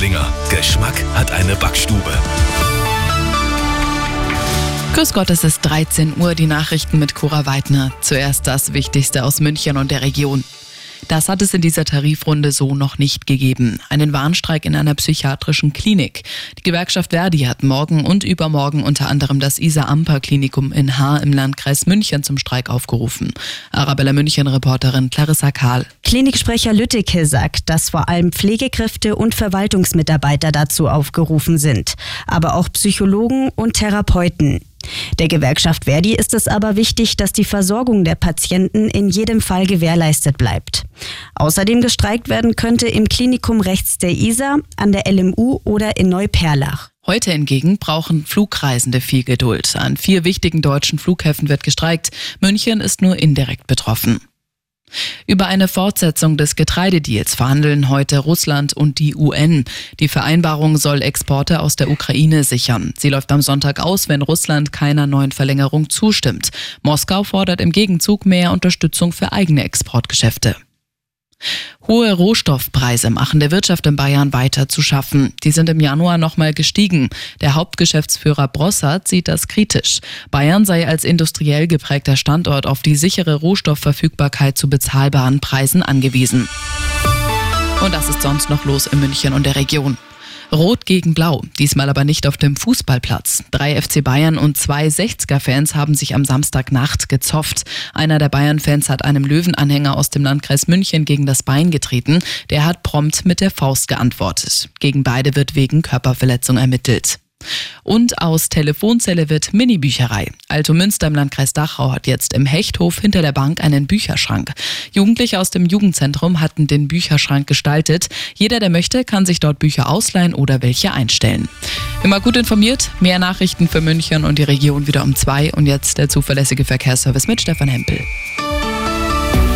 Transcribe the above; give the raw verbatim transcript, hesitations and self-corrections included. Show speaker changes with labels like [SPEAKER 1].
[SPEAKER 1] Oblinger. Geschmack hat eine Backstube.
[SPEAKER 2] Grüß Gott, es ist dreizehn Uhr, die Nachrichten mit Cora Weidner. Zuerst das Wichtigste aus München und der Region. Das hat es in dieser Tarifrunde so noch nicht gegeben. Einen Warnstreik in einer psychiatrischen Klinik. Die Gewerkschaft Verdi hat morgen und übermorgen unter anderem das Isar-Amper-Klinikum in Haar im Landkreis München zum Streik aufgerufen. Arabella München-Reporterin Clarissa Kahl.
[SPEAKER 3] Kliniksprecher Lüttike sagt, dass vor allem Pflegekräfte und Verwaltungsmitarbeiter dazu aufgerufen sind. Aber auch Psychologen und Therapeuten. Der Gewerkschaft Verdi ist es aber wichtig, dass die Versorgung der Patienten in jedem Fall gewährleistet bleibt. Außerdem gestreikt werden könnte im Klinikum rechts der Isar, an der L M U oder in Neuperlach.
[SPEAKER 2] Heute hingegen brauchen Flugreisende viel Geduld. An vier wichtigen deutschen Flughäfen wird gestreikt. München ist nur indirekt betroffen. Über eine Fortsetzung des Getreidedeals verhandeln heute Russland und die U N. Die Vereinbarung soll Exporte aus der Ukraine sichern. Sie läuft am Sonntag aus, wenn Russland keiner neuen Verlängerung zustimmt. Moskau fordert im Gegenzug mehr Unterstützung für eigene Exportgeschäfte. Hohe Rohstoffpreise machen der Wirtschaft in Bayern weiter zu schaffen. Die sind im Januar nochmal gestiegen. Der Hauptgeschäftsführer Brossart sieht das kritisch. Bayern sei als industriell geprägter Standort auf die sichere Rohstoffverfügbarkeit zu bezahlbaren Preisen angewiesen. Und das ist sonst noch los in München und der Region. Rot gegen Blau, diesmal aber nicht auf dem Fußballplatz. Drei F C Bayern und zwei sechziger-Fans haben sich am Samstagnacht gezofft. Einer der Bayern-Fans hat einem Löwenanhänger aus dem Landkreis München gegen das Bein getreten. Der hat prompt mit der Faust geantwortet. Gegen beide wird wegen Körperverletzung ermittelt. Und aus Telefonzelle wird Mini-Bücherei. Altomünster im Landkreis Dachau hat jetzt im Hechthof hinter der Bank einen Bücherschrank. Jugendliche aus dem Jugendzentrum hatten den Bücherschrank gestaltet. Jeder, der möchte, kann sich dort Bücher ausleihen oder welche einstellen. Immer gut informiert, mehr Nachrichten für München und die Region wieder um zwei. Und jetzt der zuverlässige Verkehrsservice mit Stefan Hempel.